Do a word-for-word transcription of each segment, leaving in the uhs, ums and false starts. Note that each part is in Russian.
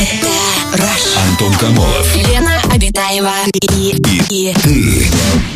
Это Rush. Антон Камолов. Лена Обитаева. И, и, и ты.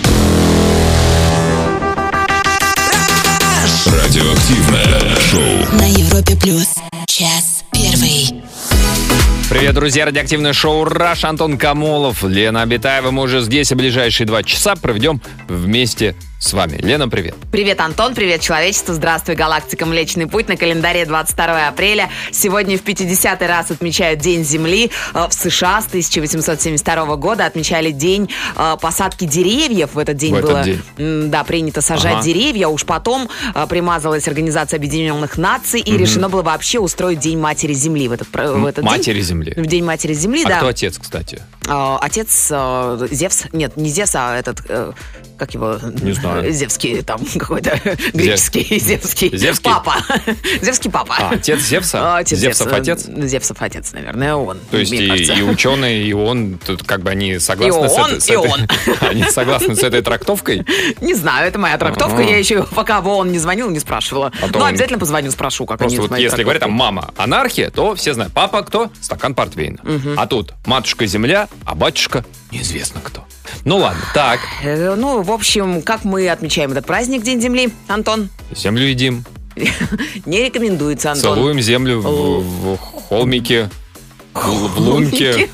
Радиоактивное шоу на Европе Плюс. Час первый. Привет, друзья! Радиоактивное шоу «Раш». Антон Камолов, Лена Обитаева. Мы уже здесь, и ближайшие два часа проведем вместе с вами. Лена, привет. Привет, Антон, привет, человечество. Здравствуй, галактика Млечный Путь. На календаре двадцать второе апреля. Сегодня в пятидесятый раз отмечают День Земли. В США с тысяча восемьсот семьдесят второго года отмечали день посадки деревьев. В этот день в было этот день. Да, принято сажать ага. деревья. Уж потом примазалась Организация Объединенных Наций и угу. решено было вообще устроить День Матери Земли в этот, в этот Матери день. Земли. В День Матери Земли, а да. А кто отец, кстати? Отец Зевс. Нет, не Зевс, а этот... Как его? Не знаю. Зевский там какой-то греческий, Зевский. Зевский? Папа. Зевский папа. А, отец Зевса? Отец Зевсов Зевса. отец? Зевсов отец, наверное, он. То есть и, и ученый, и он, тут как бы они согласны и с, он, этой, с и этой... он. Они согласны с этой трактовкой? Не знаю, это моя трактовка. Я еще пока он не звонил, не спрашивала. Но обязательно позвоню, спрошу, как они. Просто вот если говорят там мама анархия, то все знают. Папа кто? Стакан портвейна. А тут матушка земля, а батюшка неизвестно кто. Ну ладно, так. Э, ну, в общем, как мы отмечаем этот праздник, День Земли, Антон? Землю едим. Не рекомендуется, Антон. Целуем землю в, в холмике, в лунке.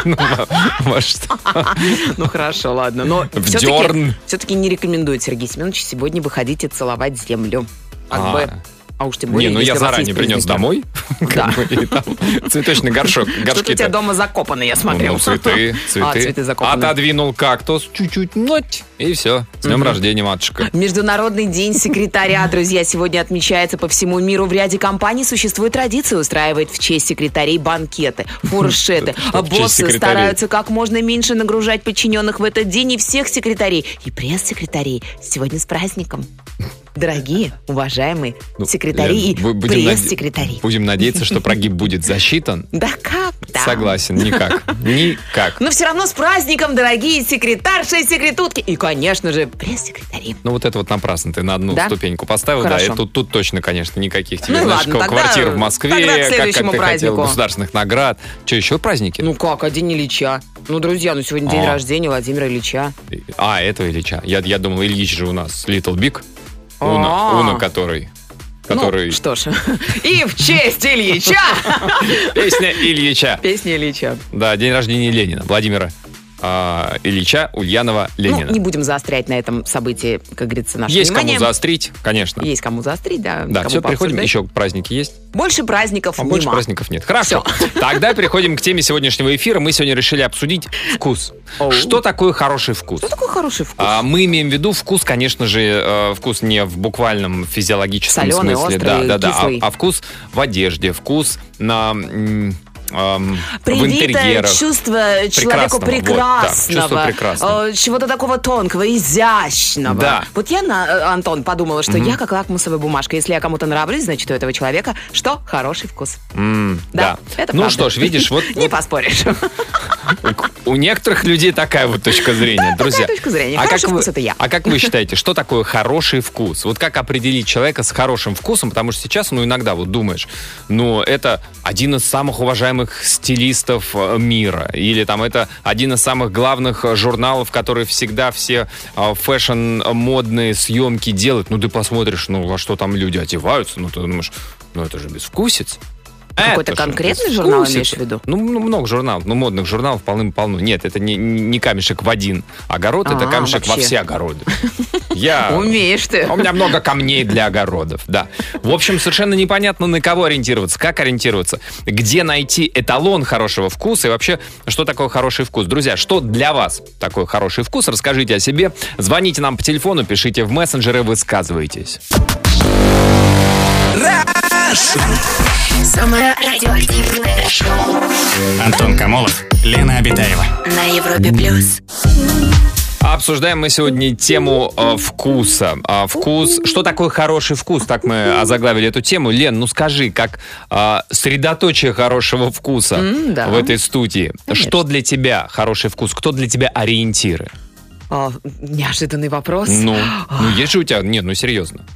Ну, хорошо, ладно. Но в дерн. Все-таки не рекомендует Сергей Семенович сегодня выходить и целовать землю. Как бы... А уж тем более, не, ну я заранее принес домой. Да. И там цветочный горшок. Что-то у тебя дома закопаны, я смотрел. Ну, цветы, цветы. А, цветы закопаны. Отодвинул кактус чуть-чуть, ноть, и все. С днем рождения, матушка. Международный день секретаря, друзья, сегодня отмечается по всему миру. В ряде компаний существует традиция устраивать в честь секретарей банкеты, фуршеты. Боссы стараются как можно меньше нагружать подчиненных в этот день, и всех секретарей, и пресс-секретарей сегодня с праздником. Дорогие, уважаемые ну, секретари Лен, и пресс-секретари. Наде... Будем надеяться, что прогиб будет засчитан. Да как? Да. Согласен, никак. Никак. Но все равно с праздником, дорогие секретарши и секретутки. И, конечно же, пресс-секретари. Ну вот это вот напрасно ты на одну да? ступеньку поставил. Хорошо. Да, и тут, тут точно, конечно, никаких тебе, ну, знаешь, ладно, квартир тогда, в Москве, как, как, как ты празднику. хотел, государственных наград. Что, еще праздники? Ну как, а День Ильича? Ну, друзья, ну сегодня день а. рождения Владимира Ильича. А, этого Ильича. Я, я думал, Ильич же у нас Little Big. Уна, Уна, который... который... Ну, что ж, и в честь Ильича! Песня Ильича. Песня Ильича. Да, день рождения Ленина, Владимира а, Ильича Ульянова Ленина. Ну, не будем заострять на этом событии, как говорится, наше есть внимание. Есть кому заострить, конечно. Есть кому заострить, да. Да, все, переходим. Еще праздники есть? Больше праздников а нема. Больше праздников нет. Хорошо. Все. Тогда переходим к теме сегодняшнего эфира. Мы сегодня решили обсудить вкус. Оу. Что такое хороший вкус? Что такое хороший вкус? А, мы имеем в виду вкус, конечно же, вкус не в буквальном физиологическом соленый, смысле. Острый, да, да, кислый. да. А, а вкус в одежде, вкус на... Эм, привитое чувство человеку прекрасного, вот, да, чувство прекрасного. Э, чего-то такого тонкого, изящного. Да. Вот я, Антон, подумала, что mm-hmm. я как лакмусовая бумажка. Если я кому-то нравлюсь, значит, у этого человека что? Хороший вкус. Mm, да, да. Это ну правда. Что ж, видишь, вот... Не поспоришь. У некоторых людей такая вот точка зрения, друзья. Такая точка зрения. Хороший вкус — это я. А как вы считаете, что такое хороший вкус? Вот как определить человека с хорошим вкусом? Потому что сейчас, ну, иногда вот думаешь, ну, это один из самых уважаемых стилистов мира. Или там это один из самых главных журналов, которые всегда все фэшн-модные съемки делают. Ну, ты посмотришь, ну, во что там люди одеваются, ну, ты думаешь, ну, это же безвкусица. Какой-то конкретный журнал имеешь в виду? Ну, ну, много журналов, ну, модных журналов полным-полно. Нет, это не, не камешек в один огород, а, это камешек вообще во все огороды. Я... Умеешь ты. У меня много камней для огородов, да. В общем, совершенно непонятно, на кого ориентироваться, как ориентироваться, где найти эталон хорошего вкуса и вообще, что такое хороший вкус. Друзья, что для вас такой хороший вкус? Расскажите о себе. Звоните нам по телефону, пишите в мессенджеры, высказывайтесь. Самое радиоактивное шоу. Антон Камолов, Лена Обитаева. На Европе Плюс. Обсуждаем мы сегодня тему э, вкуса. Э, вкус. Что такое хороший вкус? Так мы озаглавили эту тему. Лен, ну скажи, как э, средоточие хорошего вкуса mm, да. в этой студии. Конечно. Что для тебя хороший вкус? Кто для тебя ориентиры? О, неожиданный вопрос. Ну, ну, есть же у тебя... Нет, ну серьезно.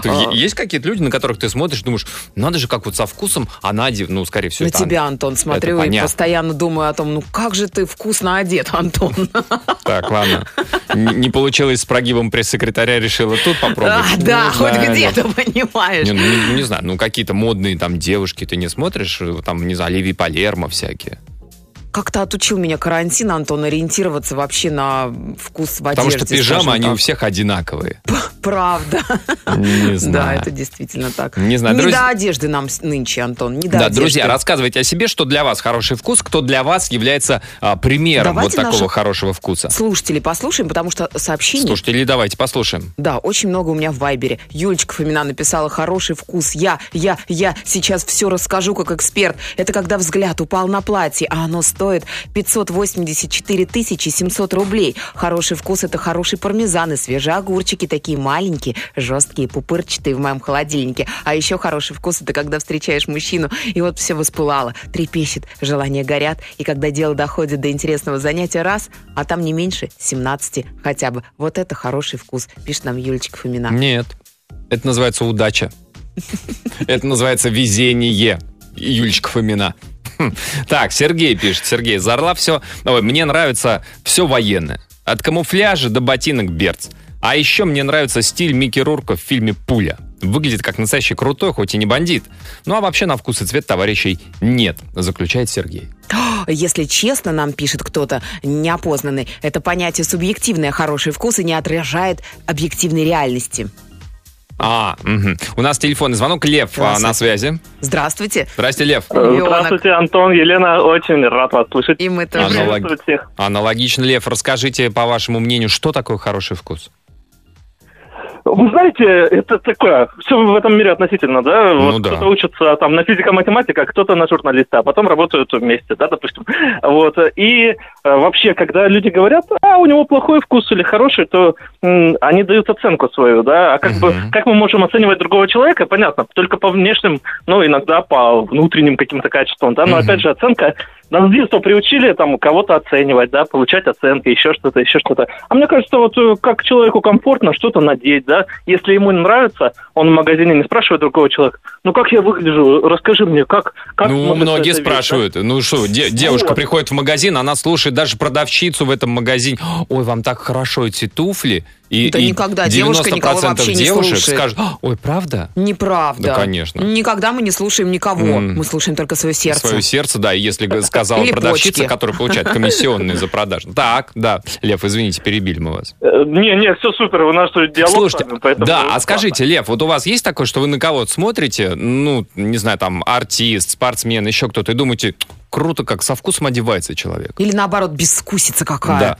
Ты, а... Есть какие-то люди, на которых ты смотришь, думаешь, надо же, как вот со вкусом, а на одет, ну, скорее всего, на это тебя, Антон, смотрю и постоянно думаю о том, ну, как же ты вкусно одет, Антон. Так, ладно. Не получилось с прогибом пресс-секретаря, решила тут попробовать. А, да, хоть где-то, понимаешь. Не, ну, не знаю, ну, какие-то модные там девушки ты не смотришь, там, не знаю, Оливии Палермо всякие. Как-то отучил меня карантин, Антон, ориентироваться вообще на вкус в одежде. Потому что пижамы, они у всех одинаковые. Правда. Не знаю. Да, это действительно так. Не знаю. Не Друз... до одежды нам нынче, Антон, не до да, одежды. Друзья, рассказывайте о себе, что для вас хороший вкус, кто для вас является а, примером давайте вот такого хорошего вкуса. Слушателей послушаем, потому что сообщений... Слушателей давайте послушаем. Да, очень много у меня в Вайбере. Юлечка Фомина написала: хороший вкус. Я, я, я сейчас все расскажу как эксперт. Это когда взгляд упал на платье, а оно стоит пятьсот восемьдесят четыре тысячи семьсот рублей. Хороший вкус — это хороший пармезан и свежие огурчики, такие маленькие, жесткие, пупырчатые в моем холодильнике. А еще хороший вкус — это когда встречаешь мужчину, и вот все воспылало, трепещет, желания горят, и когда дело доходит до интересного занятия, раз, а там не меньше семнадцати хотя бы. Вот это хороший вкус, пишет нам Юлечка Фомина. Нет, это называется удача. Это называется везение, Юлечка Фомина. Так, Сергей пишет. Сергей, из Орла все... Ой, мне нравится все военное. От камуфляжа до ботинок Берц. А еще мне нравится стиль Микки Рурка в фильме «Пуля». Выглядит как настоящий крутой, хоть и не бандит. Ну а вообще на вкус и цвет товарищей нет, заключает Сергей. Если честно, нам пишет кто-то неопознанный, это понятие субъективное, хороший вкус и не отражает объективной реальности. А, угу. У нас телефонный звонок. Лев а, на связи. Здравствуйте. Здравствуйте, Лев. Левонок. Здравствуйте, Антон, Елена. Очень рад вас слышать. И мы тоже. Аналог... Аналогично, Лев. Расскажите, по вашему мнению, что такое хороший вкус? Вы знаете, это такое, все в этом мире относительно, да? Ну, вот да. Кто-то учится там на физико-математика, кто-то на журналиста, а потом работают вместе, да, допустим. Вот. И э, вообще, когда люди говорят, а, у него плохой вкус или хороший, то м, они дают оценку свою, да? А как бы, как мы можем оценивать другого человека, понятно, только по внешним, ну, иногда по внутренним каким-то качествам, да? Но, опять же, оценка... Нас с детства приучили там кого-то оценивать, да, получать оценки, еще что-то, еще что-то. А мне кажется, вот как человеку комфортно что-то надеть, да, если ему нравится, он в магазине не спрашивает другого человека, ну как я выгляжу, расскажи мне, как... как ну, многие спрашивают, вещь, да? Ну что, де- девушка вот. Приходит в магазин, она слушает даже продавщицу в этом магазине, ой, вам так хорошо эти туфли. И, да и никогда девушка никого вообще не девушек слушает. Скажут, ой, правда? Неправда. Да, конечно. Никогда мы не слушаем никого. Mm. Мы слушаем только свое сердце. Свое сердце, да. И если сказала Или продавщица, почки. Которая получает комиссионные за продажу. Так, да. Лев, извините, перебили мы вас. Не, не, все супер, у нас тут диалог. Слушайте, с вами, поэтому да, а классно. скажите, Лев, вот у вас есть такое, что вы на кого-то смотрите, ну, не знаю, там, артист, спортсмен, еще кто-то, и думаете, круто, как со вкусом одевается человек. Или наоборот, безвкусица какая. Да.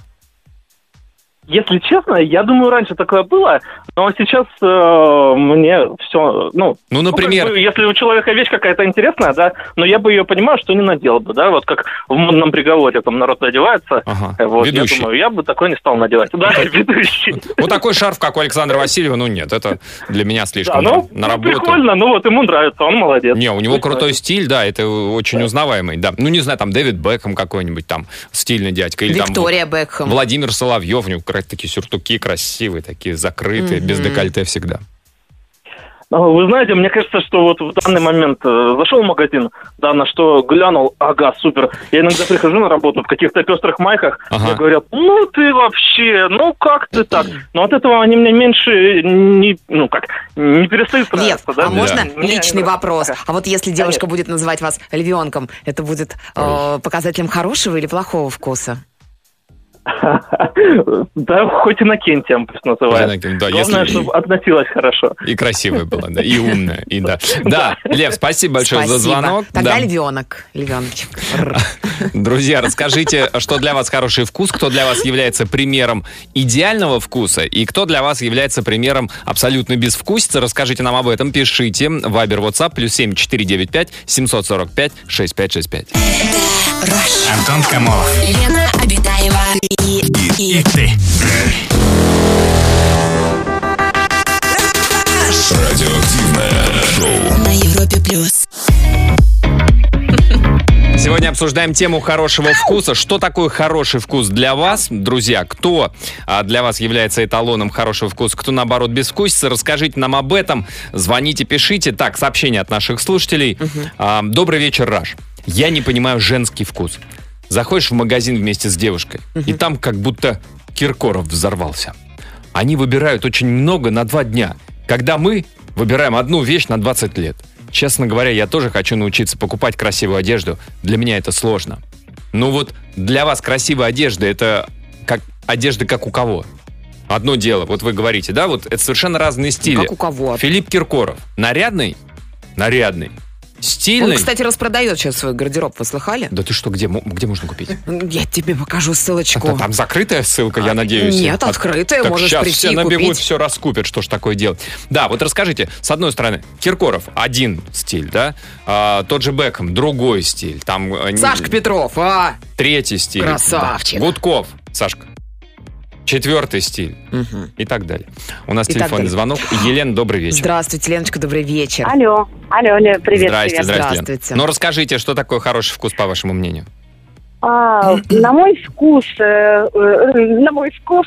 Если честно, я думаю, раньше такое было, но сейчас э, мне все, ну... Ну, например... Ну, как бы, если у человека вещь какая-то интересная, да, но я бы ее понимаю, что не надел бы, да, вот как в модном приговоре там народ одевается, ага. вот, Ведущий. я думаю, я бы такой не стал надевать. Да, ведущий. Вот такой шарф, как у Александра Васильева, ну нет, это для меня слишком Да, ну, на ну, работу. прикольно, ну вот ему нравится, он молодец. Не, у него крутой стиль, да, это очень узнаваемый, да. Ну, не знаю, там, Дэвид Бекхэм какой-нибудь там, стильный дядька. Или Виктория там, Бекхэм. Владимир Соловьев, у него такие сюртуки красивые, такие закрытые, mm-hmm. без декольте всегда. Вы знаете, мне кажется, что вот в данный момент э, зашел в магазин, да, на что глянул, ага, супер. Я иногда прихожу на работу в каких-то пестрых майках, ага. Мне говорят, ну ты вообще, ну как ты так? Но от этого они мне меньше не, ну как, не перестают нравиться. Лев, да? а можно да. личный Нет, вопрос? ага. А вот если девушка Конечно. будет называть вас львенком, это будет э, показателем хорошего или плохого вкуса? Да, хоть Иннокентием пусть называют. Да, главное, если... чтобы относилась хорошо. И красивая была, да, и умная, и да. Да, Лев, спасибо большое спасибо. за звонок. Тогда да. львенок, львеночек. Друзья, расскажите, что для вас хороший вкус, кто для вас является примером идеального вкуса, и кто для вас является примером абсолютной безвкусицы. Расскажите нам об этом, пишите. Вайбер, WhatsApp, плюс семь четыре девять пять семьсот сорок пять шестьдесят пять шестьдесят пять. Антон Камолов. Лена Обитаева и, и... И ты. Радиоактивное шоу на Европе плюс. Сегодня обсуждаем тему хорошего вкуса. Что такое хороший вкус для вас, друзья? Кто а, для вас является эталоном хорошего вкуса, кто, наоборот, безвкусица? Расскажите нам об этом. Звоните, пишите. Так, сообщение от наших слушателей. Uh-huh. А, Добрый вечер, Раш. Я не понимаю женский вкус. Заходишь в магазин вместе с девушкой, uh-huh. и там как будто Киркоров взорвался. Они выбирают очень много на два дня, когда мы выбираем одну вещь на двадцать лет. Честно говоря, я тоже хочу научиться покупать красивую одежду. Для меня это сложно. Ну вот для вас красивая одежда, это как одежда как у кого? Одно дело, вот вы говорите, да, вот это совершенно разные стили. Как у кого? Филипп Киркоров. Нарядный? Нарядный. Стильный? Он, кстати, распродает сейчас свой гардероб, вы слыхали? Да ты что, где, где можно купить? Я тебе покажу ссылочку. А, там закрытая ссылка, я а, надеюсь. Нет, открытая, так можешь сейчас прийти все и набегут, купить. все раскупят, что ж такое делать. Да, вот расскажите, с одной стороны, Киркоров один стиль, да? А, тот же Бекхэм, другой стиль. Там, Сашка Петров, а? Третий стиль. Красавчик. Да. Гудков, Сашка. Четвертый стиль. Угу. И так далее. У нас и телефонный звонок. Елена, добрый вечер. Здравствуйте, Леночка, добрый вечер. Алло, алло, Лена, привет. Здрасте, привет. здрасте. Здравствуйте. Ну, расскажите, что такое хороший вкус, по вашему мнению? А, на мой вкус, э, э, на мой вкус,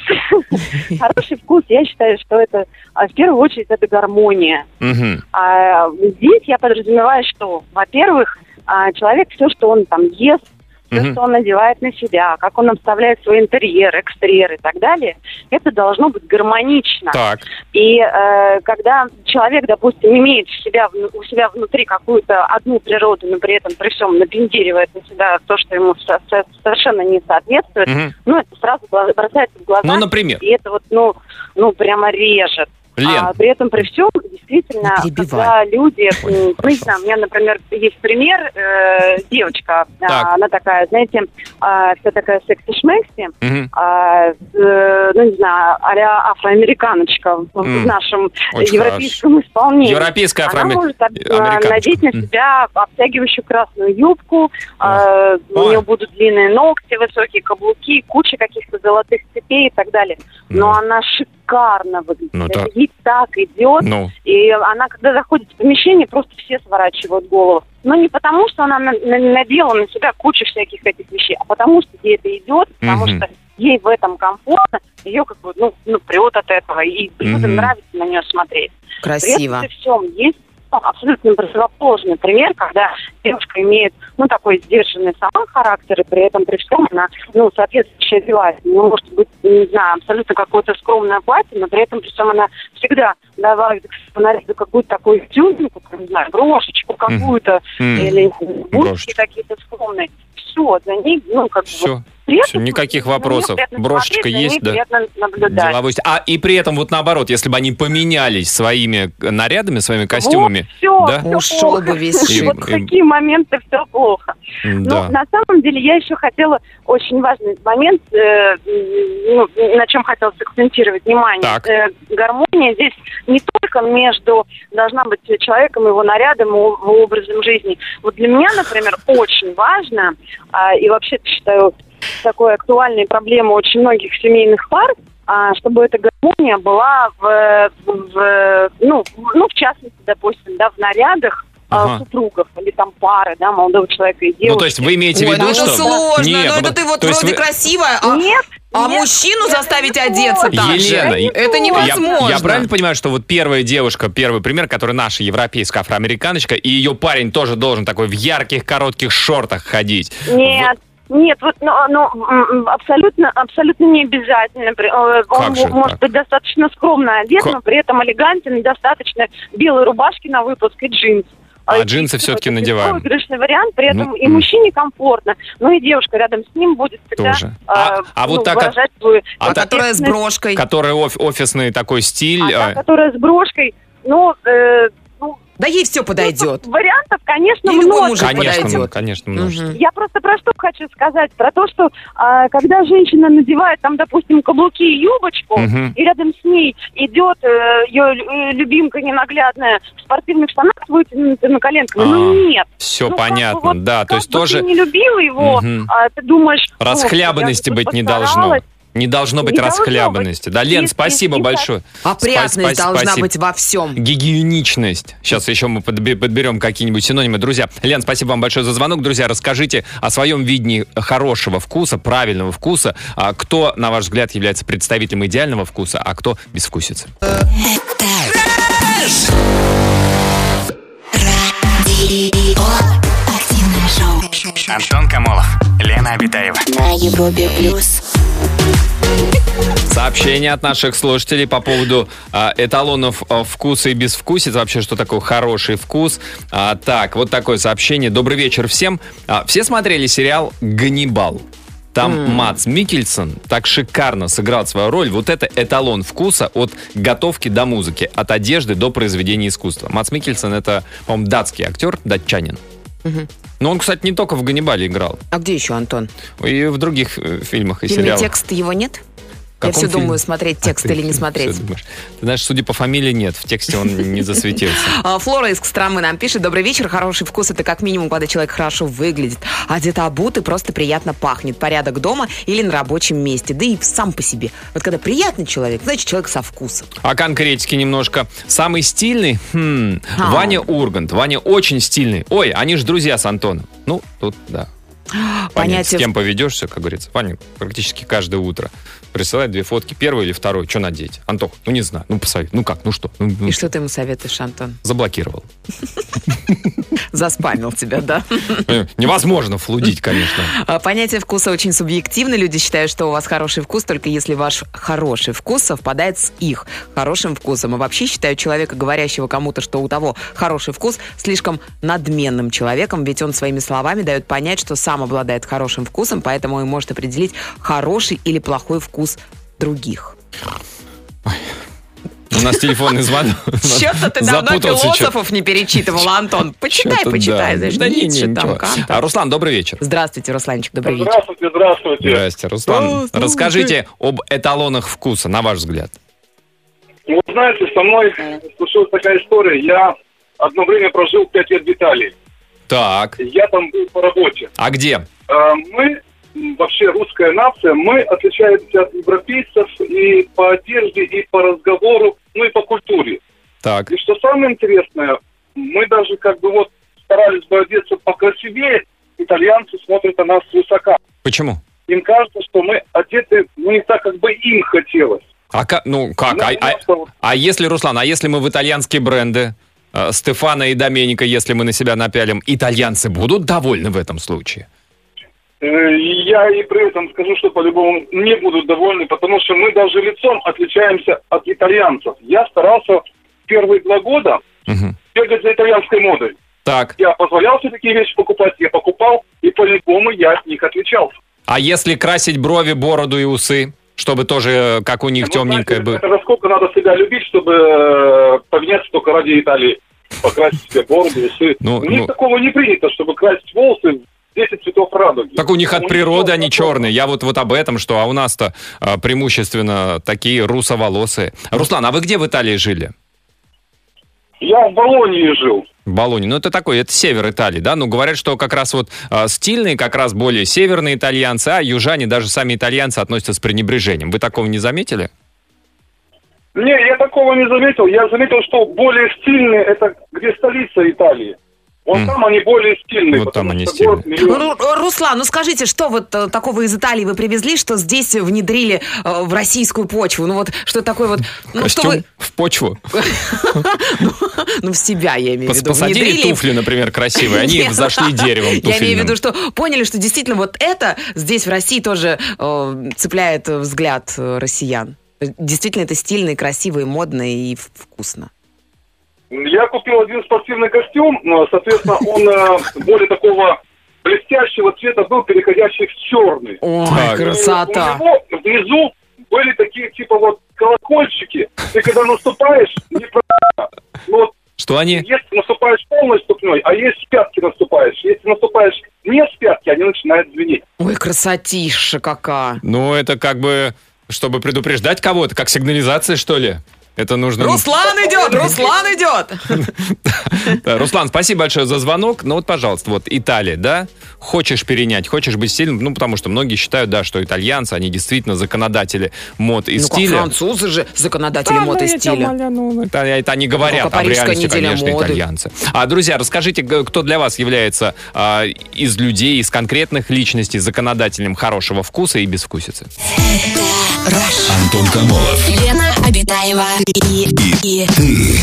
хороший вкус, я считаю, что это, в первую очередь, это гармония. Угу. А, здесь я подразумеваю, что, во-первых, человек все, что он там ест, все, mm-hmm. что он надевает на себя, как он обставляет свой интерьер, экстерьер и так далее, это должно быть гармонично. Так. И э, когда человек, допустим, имеет в себя, у себя внутри какую-то одну природу, но при этом при всем набендеривает на себя то, что ему со- со- совершенно не соответствует, mm-hmm. ну, это сразу бросается в глаза. Ну, например? И это вот, ну, ну прямо режет. Лен. А, при этом, при всем, действительно, когда люди, Ой, ну, не знаю, у меня, например, есть пример, э, девочка, так. она такая, знаете, э, вся такая секси-шмекси, угу. э, э, ну, не знаю, а-ля афроамериканочка в, mm. в нашем Очень европейском хорошо. исполнении. Европейская афроамериканочка. Она может надеть на себя обтягивающую красную юбку, э, у нее будут длинные ногти, высокие каблуки, куча каких-то золотых цепей и так далее. Но mm. она шикарно выглядит. Ну, это да. ей так идет. Ну. И она, когда заходит в помещение, просто все сворачивают голову. Но не потому, что она на- на- надела на себя кучу всяких этих вещей, а потому, что ей это идет, потому Mm-hmm. что ей в этом комфортно, ее как бы, ну, ну прет от этого, и людям Mm-hmm. нравится на нее смотреть. Красиво. При этом при всем есть абсолютно противоположный пример, когда девушка имеет, ну, такой сдержанный сама характер, и при этом при всем она, ну, соответствующая одевается. Ну, может быть, не знаю, абсолютно какое-то скромное платье, но при этом при всем она всегда добавит к наряду какую-то такую тюньку, не знаю, брошечку какую-то, Mm. или бушки Брошечку. какие-то скромные. Все, за ней, ну, как Все. бы... Приятно, Все, никаких на нее вопросов. приятно Брошечка смотреть, есть, за ней да? приятно наблюдать. Деловой. А и при этом вот наоборот, если бы они поменялись своими нарядами, своими костюмами, вот все, да? все Ушел плохо. бы весь шик. Вот в такие моменты все плохо. Да. Ну, на самом деле, я еще хотела очень важный момент, э, ну, на чем хотела сакцентировать внимание. Так. Э, гармония здесь не только между, должна быть человеком, его нарядом, его образом жизни. Вот для меня, например, очень важно, э, и вообще считаю, такой актуальной проблемой очень многих семейных пар, а, чтобы эта гармония была в, в ну, в, ну, в частности, допустим, да, в нарядах Ага. а, супругов или там пары, да, молодого человека и девушки. Ну, то есть вы имеете в Ой, виду, ну что... это сложно, Нет, ну ну, это ты вот то есть вроде вы- красивая, а, Нет, а нет, мужчину это заставить не одеться сложно. так же? Елена, Это я, невозможно. я правильно понимаю, что вот первая девушка, первый пример, который наша европейская афроамериканочка, и ее парень тоже должен такой в ярких коротких шортах ходить? Нет. Нет, вот, ну, ну, м, абсолютно, абсолютно не обязательно. При- э, Он Как же может так? быть достаточно скромно одет, Ка- но при этом элегантен, достаточно белой рубашки на выпуск и джинс. А И джинсы всё-таки это надеваем. беспроигрышный вариант, при этом Ну, и м. мужчине комфортно, но и девушка рядом с ним будет всегда Тоже. А- э, а вот ну, так, выражать свою а А та- которая с брошкой. Который оф- офисный такой стиль. А та, а, которая с брошкой, ну, э, ну, Да ей все подойдет. ну, вариантов, конечно, И любой много. мужик Конечно, подойдет. конечно, множество. Мгм. Я просто про что хочу сказать? Про то, что а, когда женщина надевает там, допустим, каблуки и юбочку, Мгм. и рядом с ней идет э, ее э, любимка ненаглядная в спортивных штанах с вытянутыми коленками. А, Ну нет. Все Ну, как бы понятно, вот да. То как есть бы тоже ты не любила его, Мгм. а ты думаешь... ну, расхлябанности я быть тут не постаралась. должно. Не должно быть Не должно расхлябанности. быть. Да, Лен, Спи, спасибо спи, спи, большое. Опрятность Спа- спа- должна спасибо. быть во всем. Гигиеничность. Сейчас еще мы подбе- подберем какие-нибудь синонимы. Друзья, Лен, спасибо вам большое за звонок. Друзья, расскажите о своем видении хорошего вкуса, правильного вкуса. А кто, на ваш взгляд, является представителем идеального вкуса, а кто безвкусица. Активное шоу Антон Камолов, Лена Обитаева. на Европе плюс. Сообщение от наших слушателей по поводу а, эталонов а, вкуса и безвкусицы. Вообще, что такое хороший вкус. А, так, вот такое сообщение. Добрый вечер всем. А, все смотрели сериал «Ганнибал». Там mm. Мадс Миккельсен так шикарно сыграл свою роль. Вот это эталон вкуса от готовки до музыки, от одежды до произведения искусства. Мадс Миккельсен — это, по-моему, датский актер, датчанин. Угу. Но он, кстати, не только в «Ганнибале» играл. А где еще, Антон? И в других э, фильмах и В фильме сериалах. текст его нет? В каком Я все фильме? думаю, смотреть текст или не смотреть. Всё думаешь. Ты знаешь, судя по фамилии, нет. В тексте он не засветился. А, Флора из Костромы нам пишет: добрый вечер, хороший вкус — это как минимум, когда человек хорошо выглядит, одет обут и просто приятно пахнет. Порядок дома или на рабочем месте, да и сам по себе. Вот когда приятный человек, значит, человек со вкусом. А конкретики немножко. Самый стильный? Хм, А. Ваня Ургант. Ваня очень стильный. Ой, они же друзья с Антоном. Ну, тут да. Понять, Понятие- с кем поведешься, как говорится. Ваня практически каждое утро присылает две фотки. Первую или вторую. Что надеть? Антох, ну не знаю. Ну посоветуй. Ну как? Ну что? Ну, ну, И что ты ему советуешь, Антон? Заблокировал. Заспамил тебя, да? Э, Невозможно флудить, конечно. А, Понятие вкуса очень субъективно. Люди считают, что у вас хороший вкус только если ваш хороший вкус совпадает с их хорошим вкусом. И вообще считают человека, говорящего кому-то, что у того хороший вкус, слишком надменным человеком, ведь он своими словами дает понять, что сам обладает хорошим вкусом, поэтому и может определить хороший или плохой вкус других. У нас телефонный звонок. Что-то ты давно Запутался чё- философов не перечитывал, Антон. Почитай, чё-то почитай. да. Знаешь, Да не, Ницше не, там, ничего. Канта. А, Руслан, добрый вечер. Здравствуйте, Русланчик, добрый вечер. Здравствуйте, здравствуйте. Здрасте, Руслан. Здравствуйте. Расскажите об эталонах вкуса, на ваш взгляд. Вот знаете, со мной случилась такая история. Я одно время прожил пять лет в Италии. Так, Я там был по работе. а где? А, Мы, м, вообще русская нация, мы отличаемся от европейцев и по одежде, и по разговору, ну и по культуре. Так, И что самое интересное, мы даже как бы вот старались бы одеться покрасивее, итальянцы смотрят на нас свысока. почему? Им кажется, что мы одеты, ну, не так, как бы им хотелось. А как, ну как, Ну, а, а- просто вот- а если, Руслан, а если мы в итальянские бренды, э, Стефано и Доменика, если мы на себя напялим, итальянцы будут довольны в этом случае? Э, Я и при этом скажу, что по-любому не будут довольны, потому что мы даже лицом отличаемся от итальянцев. Я старался первые два года Мгм. бегать за итальянской модой. Так, Я позволял все такие вещи покупать, я покупал, и по-любому я от них отличался. а если красить брови, бороду и усы, чтобы тоже, э, как у них, Ну, темненькое знаете, было? это насколько надо себя любить, чтобы э, поменяться только ради Италии. Покрасить себе бороду, усы. Ну, у них ну. такого не принято, чтобы красить волосы в десять цветов радуги. Так у них от природы они такого. черные. Я вот, вот об этом, что, а у нас-то а, преимущественно такие русоволосые. Руслан, а вы где в Италии жили? Я в Болонии жил. В Болоне. Ну, это такой, это север Италии, да? Ну, говорят, что как раз вот а, стильные, как раз более северные итальянцы, а южане, даже сами итальянцы, относятся с пренебрежением. Вы такого не заметили? Не, я такого не заметил. Я заметил, что более стильные это где столица Италии. Вот М. там они более стильные. Вот там потому они что стильные. город миллион. Ру- Руслан, ну скажите, что вот э, такого из Италии вы привезли, что здесь внедрили э, в российскую почву? Ну вот что такое вот... Ну, что Костюм вы... в почву. Ну, в себя, я имею в Пос- виду. Посадили Внедрили. туфли, например, красивые, они Нет. взошли деревом Я имею в туфельным. виду, что поняли, что действительно вот это здесь в России тоже э, цепляет взгляд э, россиян. Действительно, это стильно, и красиво, и модно, и в- вкусно. Я купил один спортивный костюм, но, соответственно, он э, более такого блестящего цвета был, переходящий в черный. Ой, Так. красота. У него внизу были такие типа вот колокольчики. Ты когда наступаешь, неправильно. Ну, вот Что они? если наступаешь полной ступней, а есть с пятки наступаешь. Если наступаешь не с пятки, они начинают звенеть. Ой, красотища какая. Ну, это как бы, чтобы предупреждать кого-то, как сигнализация, что ли? Это нужно... Руслан идет! Руслан идет! Руслан, спасибо большое за звонок. Ну вот, пожалуйста, вот Италия, да? Хочешь перенять, хочешь быть стильным, ну потому что многие считают, да, что итальянцы, они действительно законодатели мод и ну, стиля. Ну как французы же законодатели да, мод ну, и стиля. Маля, ну, это, это они говорят, а в реальности, конечно, моды. Итальянцы. А, друзья, расскажите, кто для вас является а, из людей, из конкретных личностей законодателем хорошего вкуса и безвкусицы? Антон Камолов. Лена Обитаева. И, и, и ты.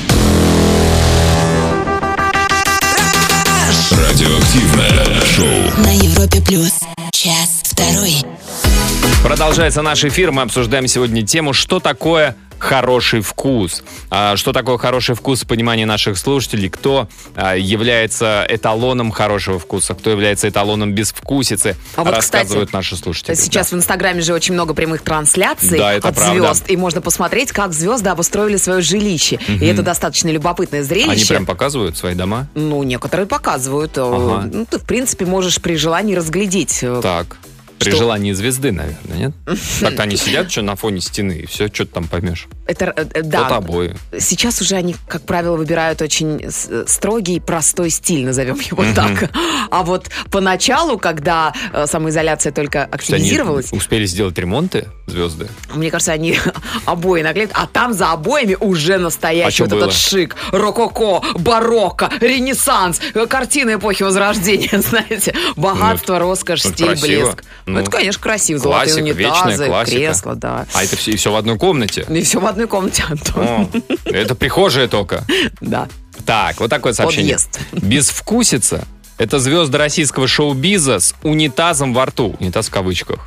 Радиоактивное шоу на Европе плюс. Час второй. Продолжается наш эфир. Мы обсуждаем сегодня тему, что такое хороший вкус. А, что такое хороший вкус в понимании наших слушателей? Кто а, является эталоном хорошего вкуса? Кто является эталоном безвкусицы? А вот, рассказывают кстати, наши слушатели. Сейчас да. в Инстаграме же очень много прямых трансляций да, это от правда. звезд. И можно посмотреть, как звезды обустроили свое жилище. Угу. И это достаточно любопытное зрелище. Они прям показывают свои дома? Ну, некоторые показывают. Ага. Ну, ты, в принципе, можешь при желании разглядеть. Так. При что? желании звезды, наверное, нет? Так-то они сидят что на фоне стены, и все, что ты там поймешь. Это, да. Вот обои. Сейчас уже они, как правило, выбирают очень строгий, простой стиль, назовем его mm-hmm. так. А вот поначалу, когда самоизоляция только активизировалась... Они успели сделать ремонты, звезды? Мне кажется, они обои наклеят, а там за обоями уже настоящий а вот этот шик. Рококо, барокко, ренессанс, картины эпохи Возрождения, знаете. Богатство, ну, роскошь, стиль, красиво. блеск. Ну, ну, это, конечно, красиво. Классика, Золотые унитазы, вечная классика. кресла, да. А это все, и все в одной комнате? И все в одной комнате, Антон. О, это прихожая только? Да. Так, вот такое сообщение. Подъезд. Безвкусица – это звезды российского шоу-биза с унитазом во рту. Унитаз в кавычках.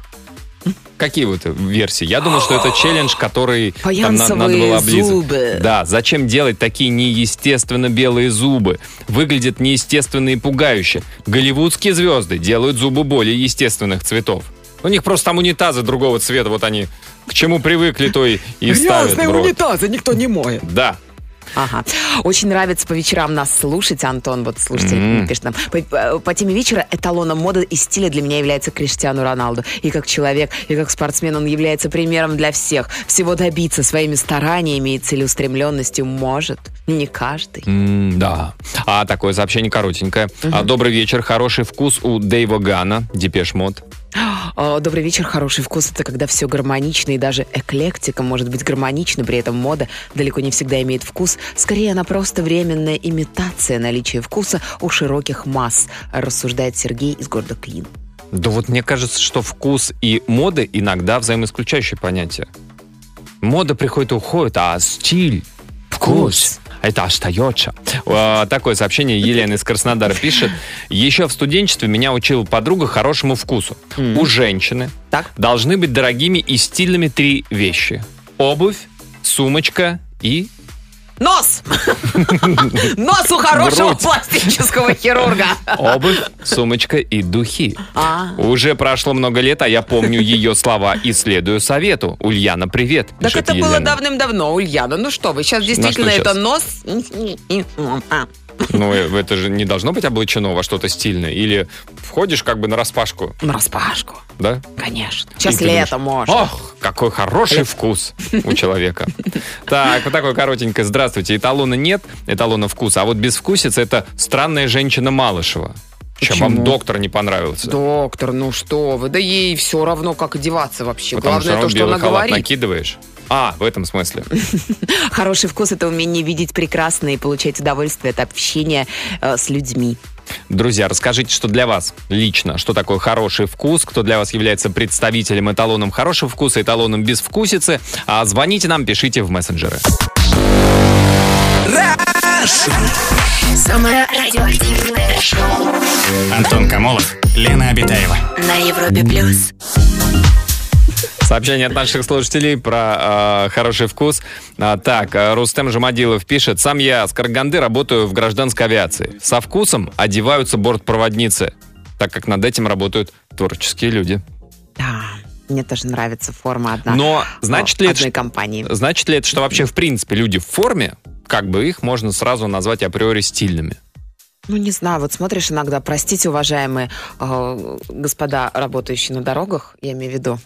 Какие вот версии? Я думаю, что это челлендж, который там на, надо было облизывать. Зубы. Да, зачем делать такие неестественно белые зубы? Выглядят неестественно и пугающе. Голливудские звезды делают зубы более естественных цветов. У них просто там унитазы другого цвета, вот они к чему привыкли, то и, и ставят. Грязные унитазы никто не моет. Да. Ага. Очень нравится по вечерам нас слушать, Антон, вот слушатель Mm-hmm. пишет нам. По, по теме вечера эталоном моды и стиля для меня является Криштиану Роналду. И как человек, и как спортсмен он является примером для всех. Всего добиться своими стараниями и целеустремленностью может не каждый. Mm, да. А такое сообщение коротенькое. Mm-hmm. А, добрый вечер, хороший вкус у Дэйва Гана, Депеш Мод. Добрый вечер, хороший вкус — это когда все гармонично, и даже эклектика может быть гармонична, при этом мода далеко не всегда имеет вкус. Скорее, она просто временная имитация наличия вкуса у широких масс, рассуждает Сергей из города Клин. Да вот мне кажется, что вкус и мода иногда взаимоисключающие понятия. Мода приходит и уходит, а стиль, вкус... Это остается. Такое сообщение Елена из Краснодара пишет. Еще в студенчестве меня учила подруга хорошему вкусу. Mm-hmm. У женщины так? должны быть дорогими и стильными три вещи. Обувь, сумочка и... Нос! Нос у хорошего пластического хирурга. Обувь, сумочка и духи. Уже прошло много лет, а я помню ее слова и следую совету. Ульяна, привет. Так это было давным-давно, Ульяна. Ну что вы, сейчас действительно это нос... Ну, это же не должно быть облачено во что-то стильное. Или входишь как бы на распашку. На распашку. Да? Конечно. Сейчас лето можно. Ох, какой хороший вкус у человека. Так, вот такое коротенькое. Здравствуйте. Эталона нет, эталона вкуса. А вот безвкусица — это странная женщина Малышева. Чем вам доктор не понравился? Доктор, ну что вы, да ей все равно, как одеваться вообще. Потому Главное что то, что белый она халат говорит. Накидываешь. А, в этом смысле. Хороший вкус — это умение видеть прекрасное и получать удовольствие от общения э, с людьми. Друзья, расскажите, что для вас лично, что такое хороший вкус, кто для вас является представителем, эталоном хорошего вкуса, эталоном безвкусицы. А звоните нам, пишите в мессенджеры. Самое радиоактивное шоу. Антон Камолов, Лена Обитаева. На Европе плюс. Сообщение от наших слушателей про э, хороший вкус. А, так, Рустем Жамадилов пишет. Сам я с Караганды работаю в гражданской авиации. Со вкусом одеваются бортпроводницы, так как над этим работают творческие люди. Да, мне тоже нравится форма одна. Но значит ли, одной это, компании. Значит ли это, что вообще в принципе люди в форме, как бы их можно сразу назвать априори стильными? Ну, не знаю, вот смотришь иногда, простите, уважаемые э, господа, работающие на дорогах, я имею в виду,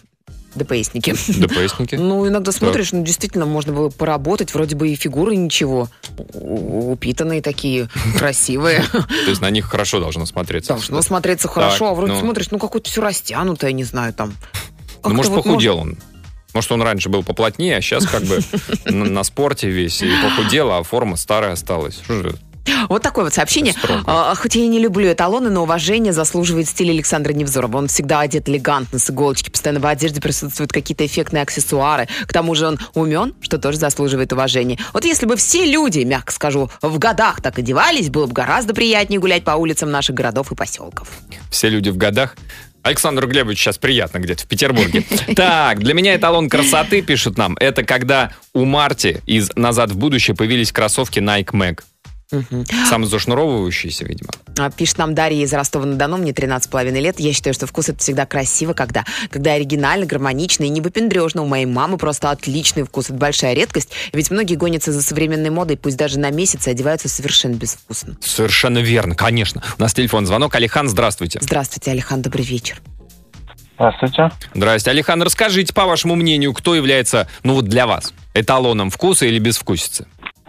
ДПСники. ДПСники? Ну, иногда смотришь, ну, действительно, можно было поработать, вроде бы и фигуры ничего. Упитанные такие, красивые. То есть на них хорошо должно смотреться. Должно смотреться хорошо, а вроде смотришь, ну, какое-то все растянутое, не знаю, там. Ну, может, похудел он. Может, он раньше был поплотнее, а сейчас как бы на спорте весь и похудел, а форма старая осталась. Что же? Вот такое вот сообщение. А, хоть я и не люблю эталоны, но уважение заслуживает стиль Александра Невзорова. Он всегда одет элегантно, с иголочки. Постоянно в одежде присутствуют какие-то эффектные аксессуары. К тому же он умен, что тоже заслуживает уважения. Вот если бы все люди, мягко скажу, в годах так одевались, было бы гораздо приятнее гулять по улицам наших городов и поселков. Все люди в годах? Александру Глебовичу сейчас приятно где-то в Петербурге. Так, для меня эталон красоты, пишут нам, это когда у Марти из «Назад в будущее» появились кроссовки Nike Mag. Угу. Самозашнуровывающиеся, видимо. Пишет нам Дарья из Ростова-на-Дону, мне тринадцать с половиной лет. Я считаю, что вкус — это всегда красиво, когда, когда оригинально, гармонично и не выпендрежно. У моей мамы просто отличный вкус. Это большая редкость. Ведь многие гонятся за современной модой, пусть даже на месяц, и одеваются совершенно безвкусно. Совершенно верно, конечно. У нас телефон звонок. Алихан, здравствуйте. Здравствуйте, Алихан, добрый вечер. Здравствуйте. Здравствуйте, Алихан. Расскажите, по вашему мнению, кто является, ну вот для вас, эталоном вкуса или безвкусицы?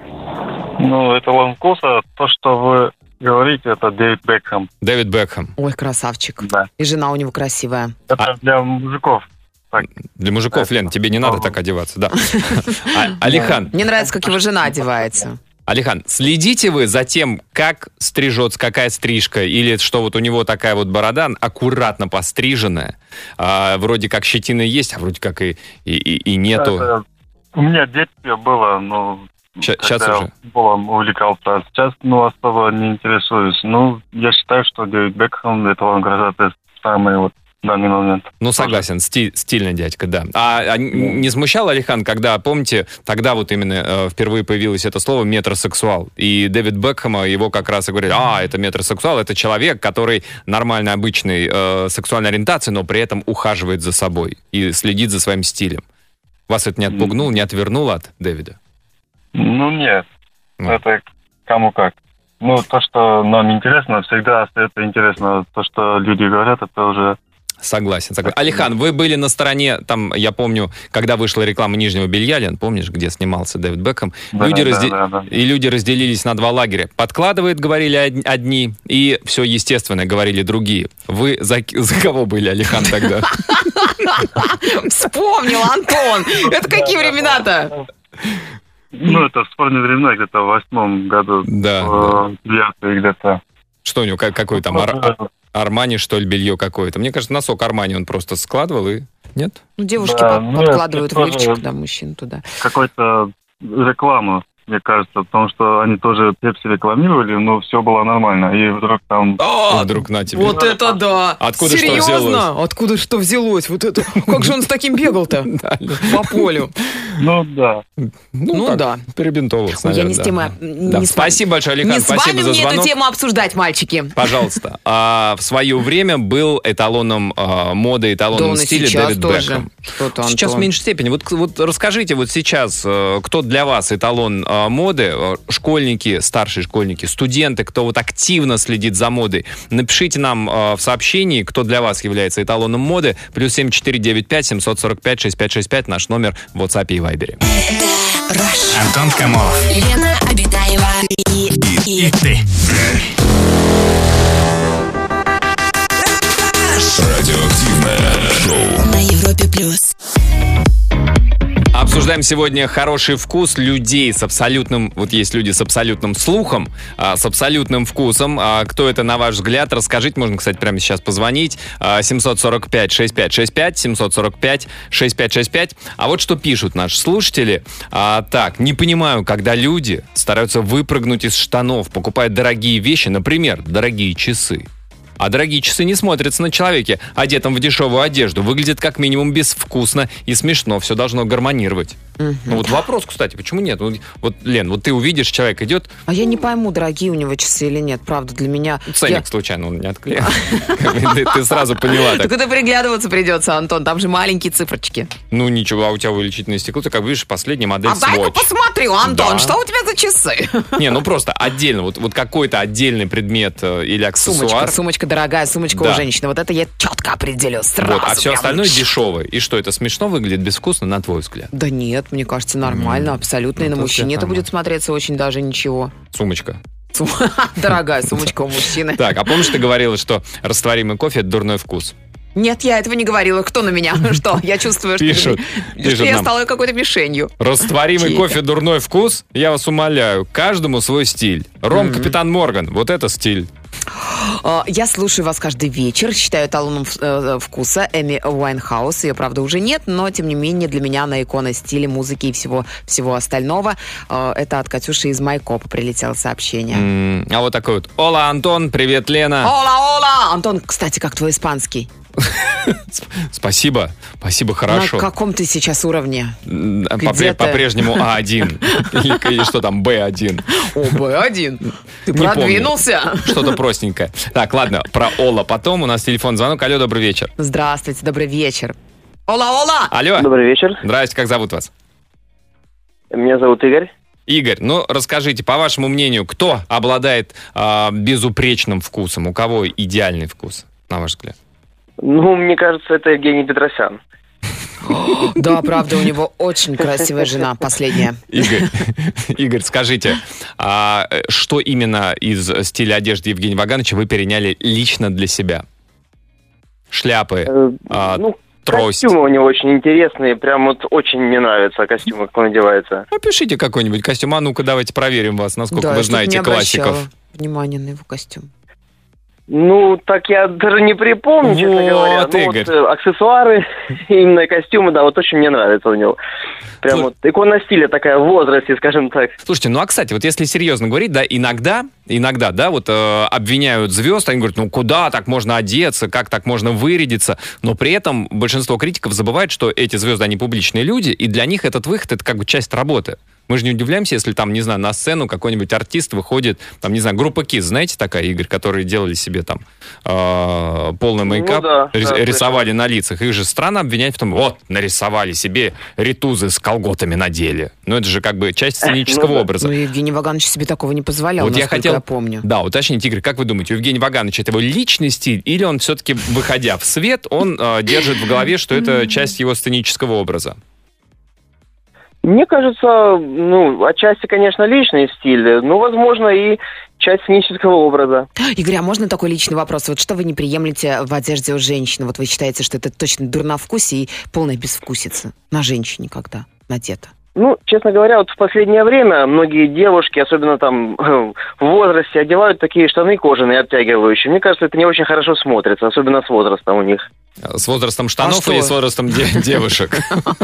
Ну, эталон вкуса, то, что вы говорите, это Дэвид Бекхэм. Дэвид Бекхэм. Ой, красавчик. Да. И жена у него красивая. Это а... для мужиков. Так. Для мужиков, да. Лен, тебе не надо так одеваться, да. Алихан. Мне нравится, как его жена одевается. Алихан, следите вы за тем, как стрижется, какая стрижка, или что вот у него такая вот борода аккуратно постриженная, а, вроде как щетина есть, а вроде как и, и, и нету. Это, у меня в детстве было, но... Щ- сейчас уже? Я увлекался. Сейчас, ну, особо не интересуюсь. Ну, я считаю, что Дэвид Бекхэм — это он красоты самый вот в данный момент. Ну, согласен, стиль, стильный дядька, да. А, а не смущал, Алихан, когда, помните, тогда вот именно э, впервые появилось это слово метросексуал, и Дэвид Бекхэма, его как раз и говорили, а, это метросексуал, это человек, который нормальной, обычной э, сексуальной ориентации, но при этом ухаживает за собой и следит за своим стилем. Вас это не отпугнуло, не отвернуло от Дэвида? Ну, нет. Ну. Это кому как. Ну, то, что нам интересно, всегда остается интересно. То, что люди говорят, это уже... Согласен, согласен. Алихан, вы были на стороне, там, я помню, когда вышла реклама нижнего белья, Лен, помнишь, где снимался Дэвид Бекхэм? Да, люди да, разде... да, да. И люди разделились на два лагеря. Подкладывает, говорили одни, и все естественно, говорили другие. Вы за, за кого были, Алихан, тогда? Вспомнил, Антон! Это какие времена-то? Ну, это в спорные времена, где-то в восьмом году. Да. Девятый где-то. Что у него, какой там, Ар- Армани, что ли, белье какое-то? Мне кажется, носок Армани он просто складывал и... Нет? Ну, девушки да, под, подкладывают в лифчик, да, мужчин туда. Какой-то реклама, мне кажется, потому что они тоже Пепси рекламировали, но все было нормально. И вдруг там... А, вдруг на тебе. Вот это да! Откуда Серьезно? что взялось? Откуда что взялось? Вот это... Как же он с таким бегал-то? По полю. Ну, да. Ну, да. Перебинтовался, Я не да. с темой... Да. Спасибо большое, Алихан, спасибо за звонок. Не с вами мне эту тему обсуждать, мальчики. Пожалуйста. А, в свое время был эталоном а, моды, эталоном да, стиля Дэвид Бекхэм. Сейчас в меньшей степени. Вот, вот расскажите, вот сейчас, кто для вас эталон а, моды? Школьники, старшие школьники, студенты, кто вот активно следит за модой. Напишите нам а, в сообщении, кто для вас является эталоном моды. Плюс семь четыре девять пять семьсот сорок пять шестьдесят пять шестьдесят пять наш номер в WhatsApp и Вайбере. Антон Камолов. Лена Обитаева и, и... и ты. Радиоактивное шоу на Европе плюс. Обсуждаем сегодня хороший вкус людей с абсолютным... Вот есть люди с абсолютным слухом, а, с абсолютным вкусом. А, кто это, на ваш взгляд? Расскажите. Можно, кстати, прямо сейчас позвонить. А, семьсот сорок пять шестьдесят пять шестьдесят пять, семьсот сорок пять шестьдесят пять шестьдесят пять. А вот что пишут наши слушатели. А, так, не понимаю, когда люди стараются выпрыгнуть из штанов, покупают дорогие вещи, например, дорогие часы. А дорогие часы не смотрятся на человеке, одетом в дешевую одежду. Выглядит как минимум безвкусно и смешно. Все должно гармонировать. Угу. Ну вот вопрос, кстати, почему нет? Вот, вот, Лен, вот ты увидишь, человек идет... А я не пойму, дорогие у него часы или нет. Правда, для меня... Ценник я... случайно он не отклеил. Ты сразу поняла. Так это приглядываться придется, Антон. Там же маленькие цифрочки. Ну ничего, а у тебя увеличительное стекло. Ты как видишь, последняя модель Swatch. А дай-ка посмотрю, Антон, что у тебя за часы? Не, ну просто отдельно. Вот какой-то отдельный предмет или аксессуар. Сумочка, сумочка дорогая, сумочка у женщины. Вот это я четко определю сразу. А все остальное дешевое. И что, это смешно выглядит, безвкусно, на твой взгляд? Да нет, мне кажется, нормально, абсолютно. И на мужчине это будет смотреться очень даже ничего. Сумочка. Дорогая сумочка у мужчины. Так, а помнишь, ты говорила, что растворимый кофе – это дурной вкус? Нет, я этого не говорила. Кто на меня? Что? Я чувствую, что, пишут, что пишут я нам. стала какой-то мишенью. Растворимый Чьи-то. кофе – дурной вкус? Я вас умоляю, каждому свой стиль. Ром, mm-hmm. Капитан Морган, вот это стиль. Я слушаю вас каждый вечер, считаю эталоном вкуса Эми Уайнхаус. Ее, правда, уже нет, но, тем не менее, для меня она икона стиля, музыки и всего, всего остального. Это от Катюши из Майкопа прилетело сообщение. Mm, а вот такой вот. Ола, Антон, привет, Лена. Ола, ола! Антон, кстати, как твой испанский? Спасибо, спасибо, хорошо. На каком ты сейчас уровне? Попре- по-прежнему А один. Или, или что там, Бэ один. О, Бэ один. Ты Не продвинулся. помню. Что-то простенькое. Так, ладно, про Ола потом. У нас телефон, звонок. Алло, добрый вечер. Здравствуйте, добрый вечер. Ола, ола! Алло. Добрый вечер. Здрасте, как зовут вас? Меня зовут Игорь. Игорь, ну расскажите, по вашему мнению, кто обладает э, безупречным вкусом? У кого идеальный вкус, на ваш взгляд? Ну, мне кажется, это Евгений Петросян. Да, правда, у него очень красивая жена, последняя. Игорь, Игорь, скажите, а что именно из стиля одежды Евгения Вагановича вы переняли лично для себя? Шляпы, Э, а, ну, трость? костюмы у него очень интересные, прям вот очень мне нравятся костюмы, как он одевается. Опишите какой-нибудь костюм. А ну-ка, давайте проверим вас, насколько Да, вы я что-то знаете не обращала классиков. внимания на его костюм. Ну, так я даже не припомню, честно Вот, говоря. Ну, Игорь. вот, э, аксессуары, именно костюмы, да, вот очень мне нравится у него. Прям Слушай- вот икона стиля такая в возрасте, скажем так. Слушайте, ну а кстати, вот если серьезно говорить, да, иногда, иногда, да, вот э, обвиняют звезд, они говорят, ну куда так можно одеться, как так можно вырядиться, но при этом большинство критиков забывает, что эти звезды, они публичные люди, и для них этот выход, это как бы часть работы. Мы же не удивляемся, если там, не знаю, на сцену какой-нибудь артист выходит, там, не знаю, группа Kiss, знаете, такая, Игорь, которые делали себе там э, полный мейкап, Ну да, рис- да, рисовали на лицах. Их же странно обвинять в том, вот, нарисовали себе ритузы с колготами надели. Ну, это же как бы часть сценического Ну да. образа. Ну, Евгений Ваганович себе такого не позволял, Вот я насколько хотел, я помню. да, уточнить, Игорь, как вы думаете, у Евгения Вагановича это его личный стиль, или он все-таки, выходя в свет, он э, держит в голове, что это часть его сценического образа? Мне кажется, ну, отчасти, конечно, личный стиль, но, возможно, и часть сценического образа. Игорь, а можно такой личный вопрос? Вот что вы не приемлете в одежде у женщины? Вот вы считаете, что это точно дурновкусие и полная безвкусица на женщине, когда надета? Ну, честно говоря, вот в последнее время многие девушки, особенно там в возрасте, одевают такие штаны кожаные, обтягивающие. Мне кажется, это не очень хорошо смотрится, особенно с возрастом у них. С возрастом штанов А или что? с возрастом де- девушек?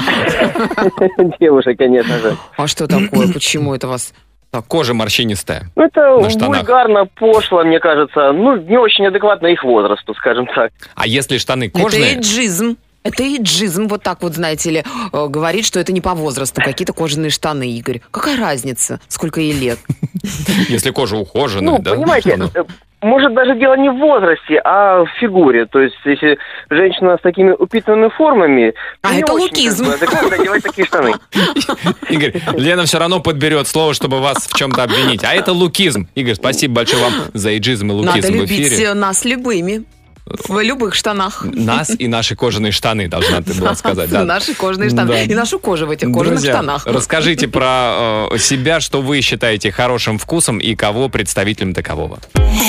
Девушек, конечно же. А что такое? Почему это вас... Кожа морщинистая. Ну, это На штанах. вульгарно, пошло, мне кажется. Ну, не очень адекватно их возрасту, скажем так. А если штаны Это кожаные? эйджизм. Это эйджизм, вот так вот, знаете ли, э, говорит, что это не по возрасту, какие-то кожаные штаны, Игорь. Какая разница, сколько ей лет? Если кожа ухоженная, Ну, да? понимаете, Ну, э, может даже дело не в возрасте, а в фигуре. То есть, если женщина с такими упитанными формами... А не это очень, лукизм. как бы, адекватно одевать такие штаны. Игорь, Лена все равно подберет слово, чтобы вас в чем-то обвинить. А это лукизм. Игорь, спасибо большое вам за эйджизм и Надо лукизм в любить эфире. э, нас любыми. В любых штанах. Нас и наши кожаные штаны, должна ты была сказать. Да. Наши кожаные штаны. Да. И нашу кожу в этих кожаных Друзья, штанах. расскажите про э, себя, что вы считаете хорошим вкусом и кого представителем такового.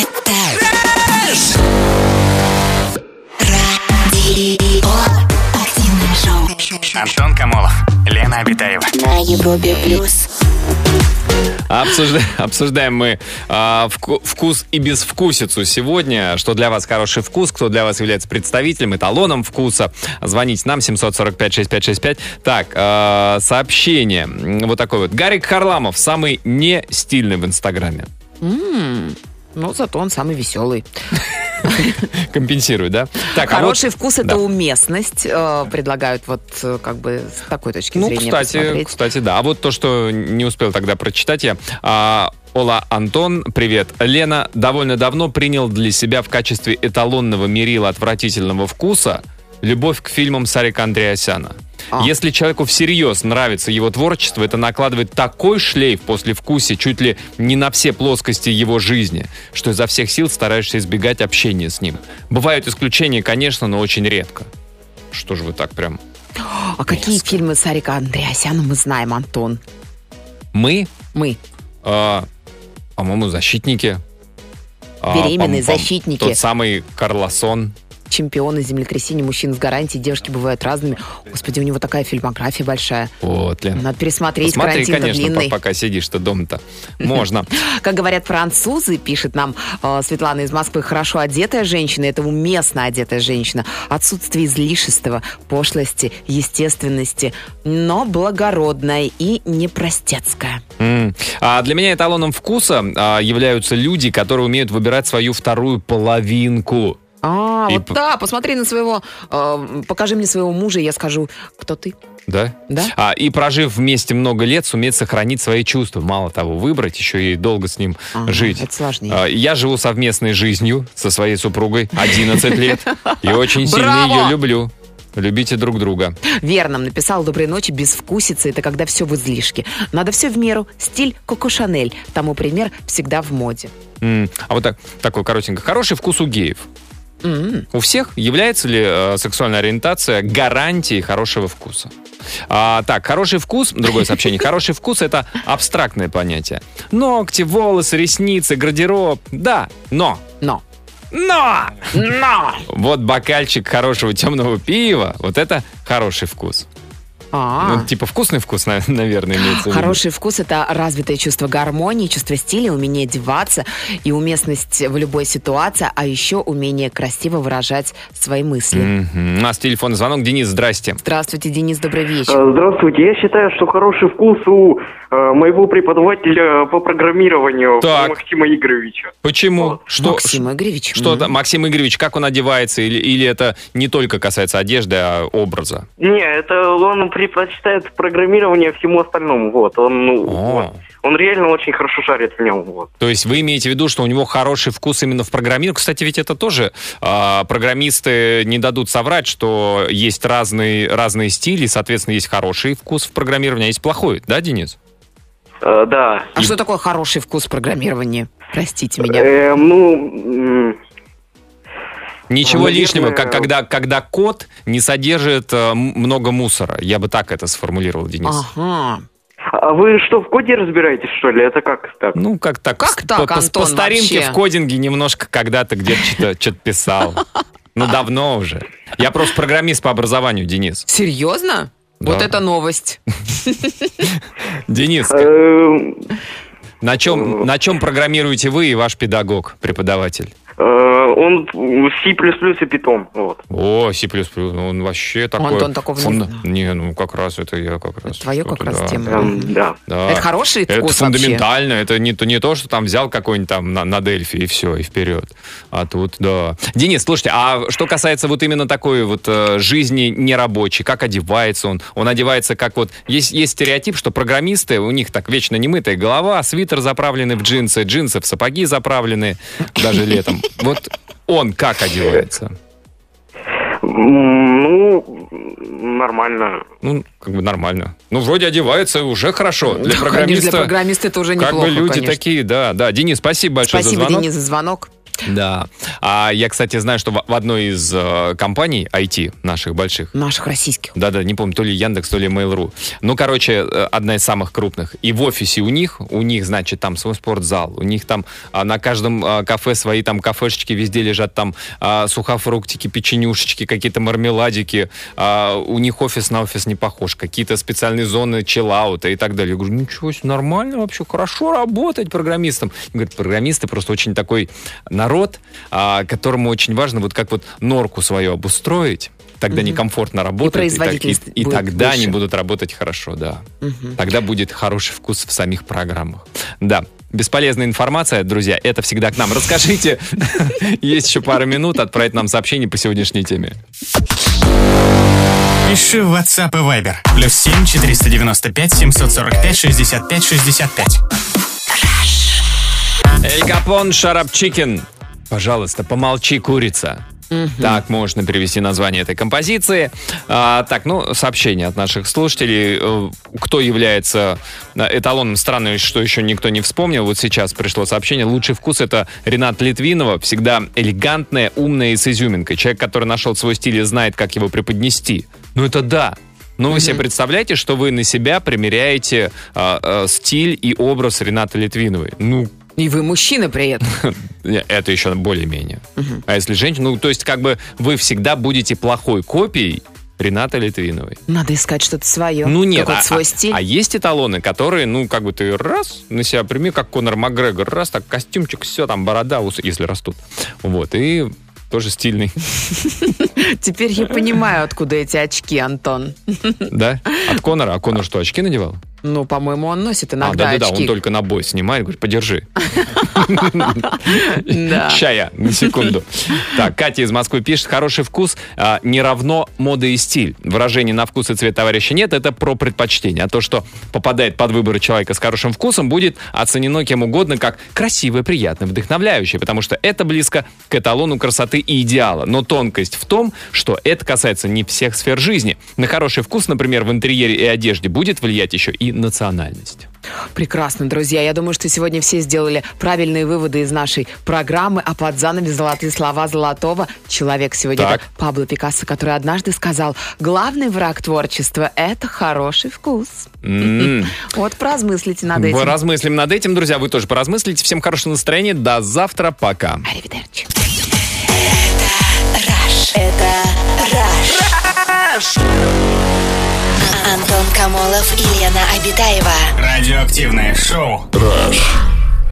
Радио. Активное шоу. Антон Камолов, Лена Обитаева. На Европе плюс. Обсужда- Обсуждаем мы а, вку- вкус и безвкусицу сегодня. Что для вас хороший вкус, кто для вас является представителем, эталоном вкуса. Звоните нам семь сорок пять шестьдесят пять шестьдесят пять. Так, а, сообщение. Вот такое вот. Гарик Харламов самый не стильный в Инстаграме. М, Ну, зато он самый веселый. компенсирует, да? Так, Хороший а вот, вкус — это да. уместность, э, предлагают вот э, как бы с такой точки Ну, зрения кстати, посмотреть. кстати, да. А вот то, что не успел тогда прочитать я. А, Ола Антон, привет. Лена довольно давно принял для себя в качестве эталонного мерила отвратительного вкуса любовь к фильмам Сарика Андреасяна. А. Если человеку всерьез нравится его творчество, это накладывает такой шлейф послевкусия чуть ли не на все плоскости его жизни, что изо всех сил стараешься избегать общения с ним. Бывают исключения, конечно, но очень редко. Что же вы так прям... А какие Мерзко. фильмы Сарика Андреасяна мы знаем, Антон? Мы, Мы. а, по-моему, «Защитники». А, Беременные, пом- пом- «Защитники». Тот самый Карлосон. Чемпионы землетрясений, мужчин с гарантией, девушки бывают разными. Господи, у него такая фильмография большая. Вот, Лен. Надо пересмотреть, Посмотри, карантин-то конечно, длинный. по- пока сидишь-то дома-то. Можно. Как говорят французы, пишет нам э, Светлана из Москвы, хорошо одетая женщина — это уместно одетая женщина. Отсутствие излишества, пошлости, естественности, но благородная и непростецкая. М. А для меня эталоном вкуса а, являются люди, которые умеют выбирать свою вторую половинку. А, И вот п- да, посмотри на своего, э, покажи мне своего мужа, и я скажу, кто ты. Да? Да? А, и прожив вместе много лет, суметь сохранить свои чувства. Мало того, выбрать, еще и долго с ним Ага, жить. это сложнее. А, я живу совместной жизнью со своей супругой одиннадцать лет. И очень сильно Браво! ее люблю. Любите друг друга. Вер нам написал: доброй ночи, безвкусица — это когда все в излишке. Надо все в меру. Стиль Коко Шанель. Тому пример всегда в моде. М, А вот так, такой коротенько. Хороший вкус у геев. М. У всех является ли э, сексуальная ориентация гарантией хорошего вкуса? А, так, хороший вкус, другое сообщение. Хороший вкус — это абстрактное понятие. Ногти, волосы, ресницы, гардероб. Да, но. Но. Но! Но! Вот бокальчик хорошего темного пива, вот это хороший вкус. А. Ну, типа вкусный вкус, на- наверное, имеется в виду. Хороший вкус — это развитое чувство гармонии, чувство стиля, умение одеваться и уместность в любой ситуации, а еще умение красиво выражать свои мысли. Мгм. У нас телефонный звонок. Денис, здрасте. Здравствуйте, Денис, добрый вечер. Э, Здравствуйте. Я считаю, что хороший вкус у э, моего преподавателя по программированию Так. Максима Игоревича. Почему? Вот. Что, Максим Игоревич. Что М. там, Максим Игоревич, как он одевается? Или, или это не только касается одежды, а образа? Не, это он предпочитает программирование всему остальному. Вот. Он, ну, О. вот. Он реально очень хорошо шарит в нем. Вот. То есть вы имеете в виду, что у него хороший вкус именно в программировании? Кстати, ведь это тоже а, программисты не дадут соврать, что есть разные, разные стили, соответственно, есть хороший вкус в программировании, а есть плохой, да, Денис? Э, да. А что такое хороший вкус в программировании? Простите меня. Э, ну... м, Ничего Наверное, лишнего, как когда, когда код не содержит э, м- много мусора. Я бы так это сформулировал, Денис. Ага. А вы что, в коде разбираетесь, что ли? Это как так? Ну, как так? Как По- так, по, Антон, по старинке вообще? в кодинге немножко когда-то где-то что-то, что-то писал. Ну, давно уже. Я просто программист по образованию, Денис. Серьезно? Да. Вот это новость. Денис, Э, на чем, на чем программируете вы и ваш педагог, преподаватель? э, Он C++ и Python. Вот. О, C++, он вообще такой... Антон такого не фунда- знал. Не, ну как раз это я как раз... Твое как что-то, раз да, тема. да, Эм, да. да. Это хороший Это вкус вообще. фундаментально, это не, то- не то, что там взял какой-нибудь там на, на Дельфи и все, и вперед. А тут, да. Денис, слушайте, а что касается вот именно такой вот э, жизни нерабочей, как одевается он? Он одевается как вот... Есть, есть стереотип, что программисты, у них так вечно немытая голова, свитер заправленный в джинсы, джинсы в сапоги заправлены даже летом. Вот он как одевается? М, Ну, нормально. Ну, как бы нормально. Ну, вроде одевается уже хорошо. Для Да, программиста... конечно, для программиста это уже Как неплохо, бы люди конечно. такие, да, да. Денис, спасибо большое Спасибо, за звонок. Денис, за звонок. Да. А я, кстати, знаю, что в в одной из э, компаний ай ти наших больших, Наших российских. да-да, не помню, то ли Яндекс, то ли Mail.ru. Ну, короче, э, одна из самых крупных. И в офисе у них, у них, значит, там свой спортзал, у них там а, на каждом а, кафе свои там кафешечки, везде лежат там а, сухофруктики, печенюшечки, какие-то мармеладики. А, у них офис на офис не похож. Какие-то специальные зоны чиллаута и так далее. Я говорю, ничего себе, нормально вообще, хорошо работать программистом. Говорят, программисты просто очень такой народ, а, которому очень важно вот как вот норку свою обустроить. Тогда Мгм. некомфортно работать. так- производительность и, и будет тогда выше. они будут работать хорошо, да. Мгм. Тогда будет хороший вкус в самих программах. Да. бесполезная информация, друзья, это всегда к нам. Расскажите, есть еще пара минут, отправить нам сообщение по сегодняшней теме. Пиши в WhatsApp и Viber. Плюс семь четыреста девяносто пять семьсот сорок пять шестьдесят пять шестьдесят пять. Эль Капон, Shut Up Chicken. Пожалуйста, помолчи, курица. Mm-hmm. Так можно перевести название этой композиции. А, так, ну, сообщение от наших слушателей. Кто является эталоном? Странно, что еще никто не вспомнил. Вот сейчас пришло сообщение. Лучший вкус — это Ренат Литвинова. Всегда элегантная, умная и с изюминкой. Человек, который нашел свой стиль и знает, как его преподнести. Ну, это да. Ну, вы mm-hmm. себе представляете, что вы на себя примеряете а, а, стиль и образ Ренаты Литвиновой. Ну, и вы мужчина при этом. Это еще более-менее. Uh-huh. А если женщина... Ну, то есть, как бы вы всегда будете плохой копией Ренаты Литвиновой. Надо искать что-то свое. Ну, нет. Какой-то а, свой стиль. А, а есть эталоны, которые, ну, как бы ты раз на себя прими, как Конор Макгрегор, раз, так, костюмчик, все, там, борода, усы, если растут. Вот, и... Тоже стильный. Теперь я понимаю, откуда эти очки, Антон. Да? От Конора? А Конор что, очки надевал? Ну, по-моему, он носит иногда а, да, очки. Да-да-да, он только на бой снимает, говорит, подержи. Ща я, на секунду. Так, Катя из Москвы пишет: хороший вкус а, не равно мода и стиль. Выражение «на вкус и цвет товарища нет» — это про предпочтение. А то, что попадает под выборы человека с хорошим вкусом, будет оценено кем угодно как красивое, приятное, вдохновляющее, потому что это близко к эталону красоты и идеала. Но тонкость в том, что это касается не всех сфер жизни. На хороший вкус, например, в интерьере и одежде будет влиять еще и национальность. Прекрасно, друзья. Я думаю, что сегодня все сделали правильные выводы из нашей программы, а под занавес золотые слова Золотого человек сегодня это Пабло Пикассо, который однажды сказал: главный враг творчества — это хороший вкус. Mm. Вот поразмыслите над этим. Поразмыслим над этим, друзья. Вы тоже поразмыслите. Всем хорошего настроения. До завтра. Пока. Аривидерчи. Это Раш. Это Раш. Антон Камолов и Лена Обитаева. Радиоактивное шоу. Раш.